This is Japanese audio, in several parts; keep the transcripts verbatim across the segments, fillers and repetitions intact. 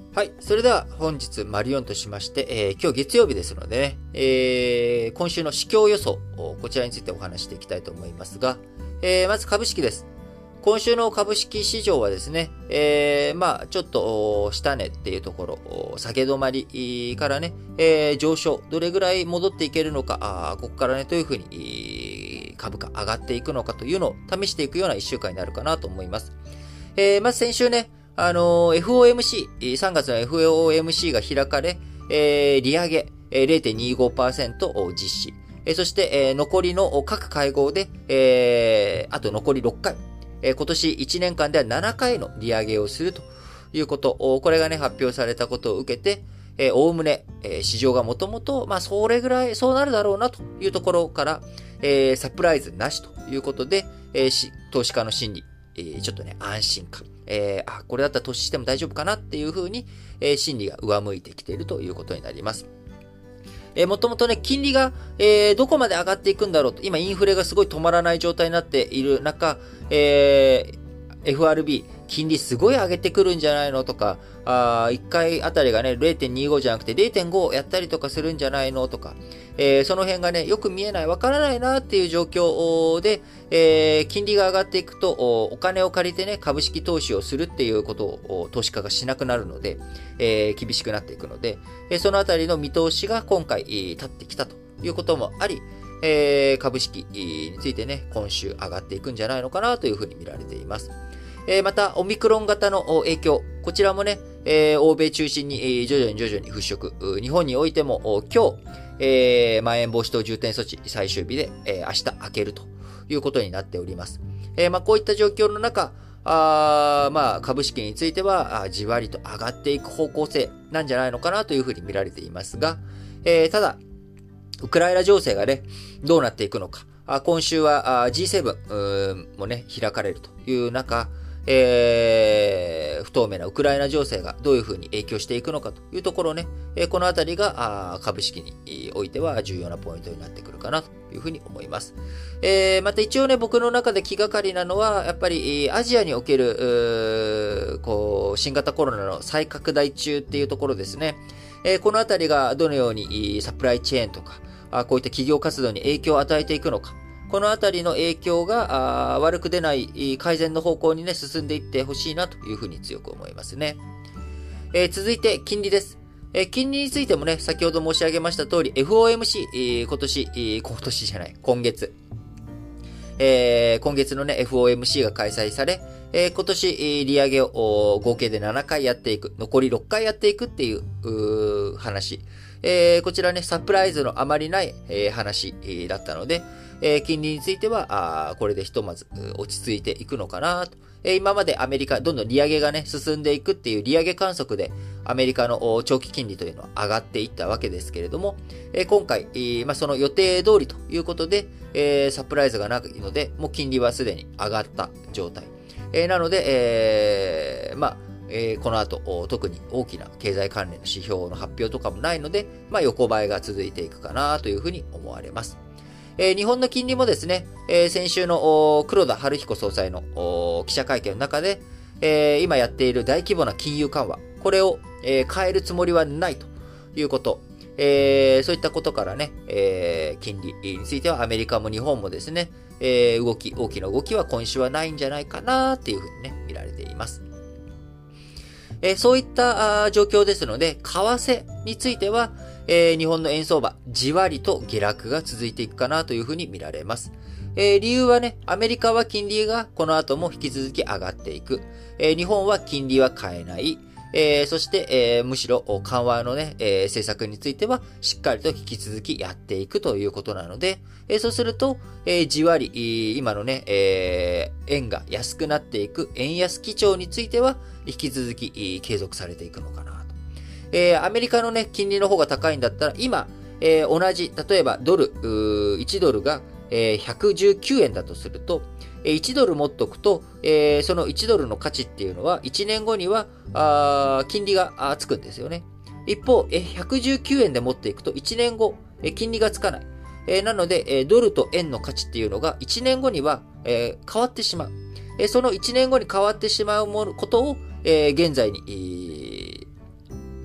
はい。それでは本日、マリオンとしまして、えー、今日月曜日ですのでね、えー、今週の市況予想、こちらについてお話していきたいと思いますが、えー、まず株式です。今週の株式市場はですね、えー、まあちょっと下値っていうところ、下げ止まりからね、えー、上昇、どれぐらい戻っていけるのか、あここからね、どういうふうに株価上がっていくのかというのを試していくような一週間になるかなと思います。えー、まず先週ね、あのー、エフオーエムシー、さんがつの エフオーエムシー が開かれ、えー、利上げ れいてんにじゅうごパーセント 実施。えー、そして、えー、残りの各会合で、えー、あと残りろっかい。えー、今年いちねんかんではななかいの利上げをするということ。これがね、発表されたことを受けて、えー、おおむね、えー、市場がもともと、まあ、それぐらい、そうなるだろうなというところから、えー、サプライズなしということで、えー、し投資家の心理、えー、ちょっとね、安心感。えー、あ、これだったら投資しても大丈夫かなっていうふうに、えー、心理が上向いてきているということになります。えー、もともとね、金利が、えー、どこまで上がっていくんだろうと、今インフレがすごい止まらない状態になっている中、えー、エフアールビー、金利すごい上げてくるんじゃないのとか、あいっかいあたりがね、れいてんにじゅうご じゃなくて れいてんご やったりとかするんじゃないのとか、えー、その辺がね、よく見えない、わからないなっていう状況で、えー、金利が上がっていくと、お金を借りてね、株式投資をするっていうことを投資家がしなくなるので、えー、厳しくなっていくので、えー、そのあたりの見通しが今回、えー、立ってきたということもあり、えー、株式についてね、今週上がっていくんじゃないのかなというふうに見られています。えー、また、オミクロン型の影響、こちらもね、えー、欧米中心に、えー、徐々に徐々に払拭。日本においても、今日、えー、まん延防止等重点措置最終日で、えー、明日明けるということになっております。えー、まあ、こういった状況の中、あまあ、株式については、じわりと上がっていく方向性なんじゃないのかなというふうに見られていますが、えー、ただ、ウクライナ情勢がね、どうなっていくのか。あ今週は ジーセブン もね、開かれるという中、えー、不透明なウクライナ情勢がどういうふうに影響していくのかというところね、えー、このあたりが株式においては重要なポイントになってくるかなというふうに思います。えー、また一応ね、僕の中で気がかりなのは、やっぱりアジアにおける、こう、新型コロナの再拡大中っていうところですね。えー、このあたりがどのようにサプライチェーンとか、こういった企業活動に影響を与えていくのか。このあたりの影響が悪く出ない改善の方向にね、進んでいってほしいなというふうに強く思いますね。えー、続いて、金利です。えー、金利についてもね、先ほど申し上げました通り、エフオーエムシー、えー、今年、えー、今年じゃない、今月。えー、今月のね、エフオーエムシー が開催され、えー、今年、えー、利上げを合計でななかいやっていく、残りろっかいやっていくっていう、うー話。えー、こちらね、サプライズのあまりない、えー、話、えー、だったので、えー、金利については、あこれでひとまず落ち着いていくのかなと。えー、今までアメリカ、どんどん利上げがね、進んでいくっていう利上げ観測で、アメリカの長期金利というのは上がっていったわけですけれども、えー、今回、えーまあ、その予定通りということで、えー、サプライズがないので、もう金利はすでに上がった状態。えー、なので、えー、まあ、えー、この後、特に大きな経済関連の指標の発表とかもないので、まあ、横ばいが続いていくかなというふうに思われます。えー、日本の金利もですね、えー、先週の黒田晴彦総裁の記者会見の中で、えー、今やっている大規模な金融緩和、これを、えー、変えるつもりはないということ、えー、そういったことからね、えー、金利についてはアメリカも日本もですね、えー、動き、大きな動きは今週はないんじゃないかなっていうふうにね、見られています。えー、そういった状況ですので、為替については、えー、日本の円相場、じわりと下落が続いていくかなというふうに見られます。えー、理由はね、アメリカは金利がこの後も引き続き上がっていく。えー、日本は金利は変えない。えー、そして、えー、むしろ緩和のね、えー、政策についてはしっかりと引き続きやっていくということなので、えー、そうすると、えー、じわり、今のね、えー、円が安くなっていく円安基調については引き続き継続されていくのかなと。えー、アメリカのね、金利の方が高いんだったら、今、えー、同じ、例えばドル、いちドルが、えー、ひゃくじゅうきゅうえんだとすると、いちドル持っとくと、えー、そのいちドルの価値っていうのは、いちねんごには、あ金利がつくんですよね。一方、えひゃくじゅうきゅうえんで持っていくと、いちねんご、え金利がつかない。えー、なので、えドルと円の価値っていうのが、いちねんごには、えー、変わってしまう。えー、そのいちねんごに変わってしまうものことを、えー、現在に、えー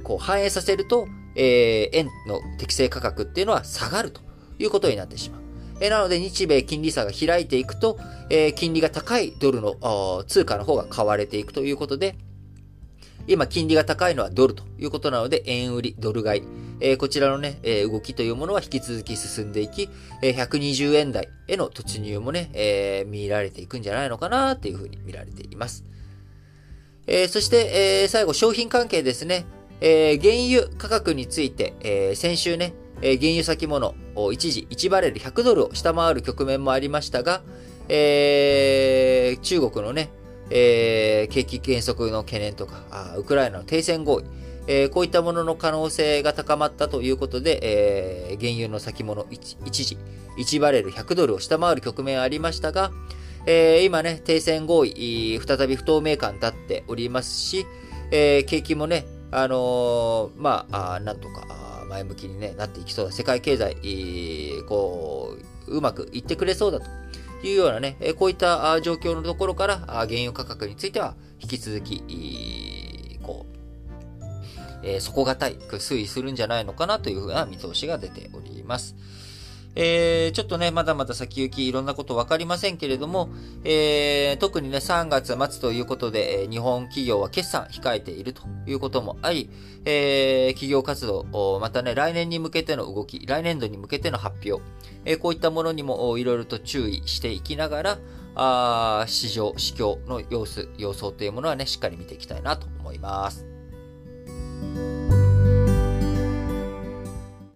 こう反映させると、えー、円の適正価格っていうのは下がるということになってしまう。えー、なので、日米金利差が開いていくと、えー、金利が高いドルの通貨の方が買われていくということで、今、金利が高いのはドルということなので、円売り、ドル買い、えー、こちらのね、えー、動きというものは引き続き進んでいき、えー、ひゃくにじゅうえん台への突入もね、えー、見られていくんじゃないのかなっていうふうに見られています。えー、そして、えー、最後、商品関係ですね。えー、原油価格について、えー、先週ね、えー、原油先物、一時いちバレルひゃくドルを下回る局面もありましたが、えー、中国のね、えー、景気減速の懸念とか、あウクライナの停戦合意、えー、こういったものの可能性が高まったということで、えー、原油の先物一時いちバレルひゃくドルを下回る局面ありましたが、えー、今ね、停戦合意、再び不透明感立っておりますし、えー、景気もね、あのー、まあ、あなんとか前向きに、ね、なっていきそうだ。世界経済、こう、うまくいってくれそうだというようなね、こういった状況のところから、原油価格については引き続き、こう、えー、底堅い推移するんじゃないのかなというふうな見通しが出ております。えー、ちょっとね、まだまだ先行きいろんなことわかりませんけれども、えー、特にね、さんがつ末ということで、日本企業は決算控えているということもあり、えー、企業活動、またね、来年に向けての動き、来年度に向けての発表、えー、こういったものにもいろいろと注意していきながら、あ市場、市況の様子、様相というものはね、しっかり見ていきたいなと思います。